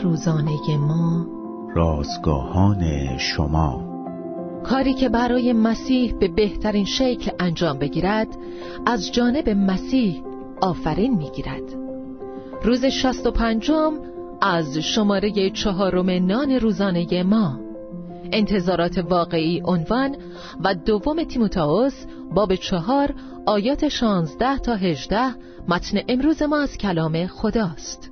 روزانه ما، رازگاهان شما. کاری که برای مسیح به بهترین شکل انجام بگیرد از جانب مسیح آفرین میگیرد. روز 65 از شماره 4 نان روزانه ما، انتظارات واقعی عنوان و دوم تیموتائوس باب 4 آیات 16 تا 18. متن امروز ما از کلام خداست.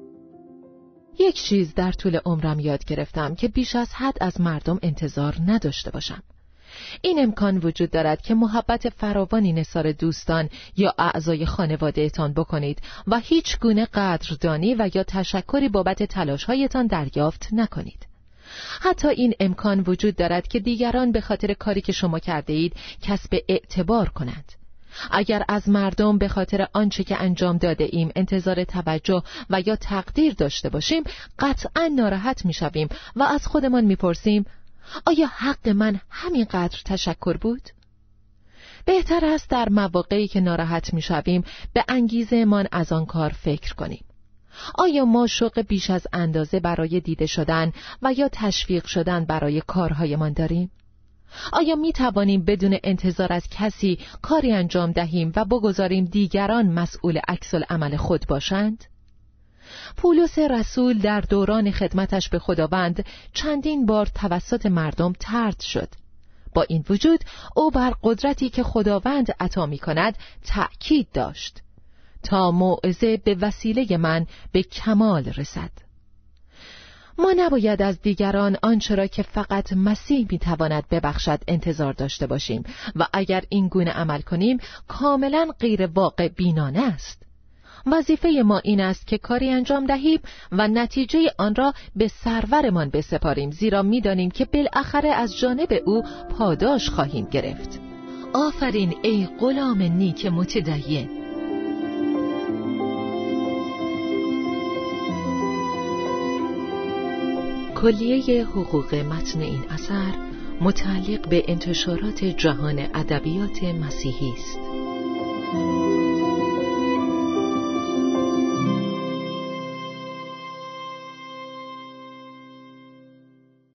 یک چیز در طول عمرم یاد گرفتم که بیش از حد از مردم انتظار نداشته باشم. این امکان وجود دارد که محبت فراوانی نثار دوستان یا اعضای خانواده‌تان بکنید و هیچ گونه قدردانی و یا تشکری بابت تلاش‌هایتان دریافت نکنید. حتی این امکان وجود دارد که دیگران به خاطر کاری که شما کرده اید کسب اعتبار کنند. اگر از مردم به خاطر آنچه که انجام داده ایم انتظار توجه و یا تقدیر داشته باشیم، قطعاً ناراحت می‌شویم و از خودمان می‌پرسیم آیا حق من همینقدر تشکر بود؟ بهتر است در مواقعی که ناراحت می‌شویم به انگیزه‌مان از آن کار فکر کنیم. آیا ما شوق بیش از اندازه برای دیده شدن و یا تشویق شدن برای کارهایمان داریم؟ آیا می توانیم بدون انتظار از کسی کاری انجام دهیم و بگذاریم دیگران مسئول عکس‌العمل خود باشند؟ پولس رسول در دوران خدمتش به خداوند چندین بار توسط مردم طرد شد. با این وجود او بر قدرتی که خداوند عطا می کند تأکید داشت تا موعظه به وسیله من به کمال رسد. ما نباید از دیگران آنچه را که فقط مسیح میتواند ببخشد انتظار داشته باشیم و اگر این گونه عمل کنیم کاملا غیر واقع بینانه است. وظیفه ما این است که کاری انجام دهیم و نتیجه آن را به سرورمان بسپاریم، زیرا میدانیم که بالاخره از جانب او پاداش خواهیم گرفت. آفرین ای غلام نیک متدین. کلیه حقوق متن این اثر متعلق به انتشارات جهان ادبیات مسیحی است.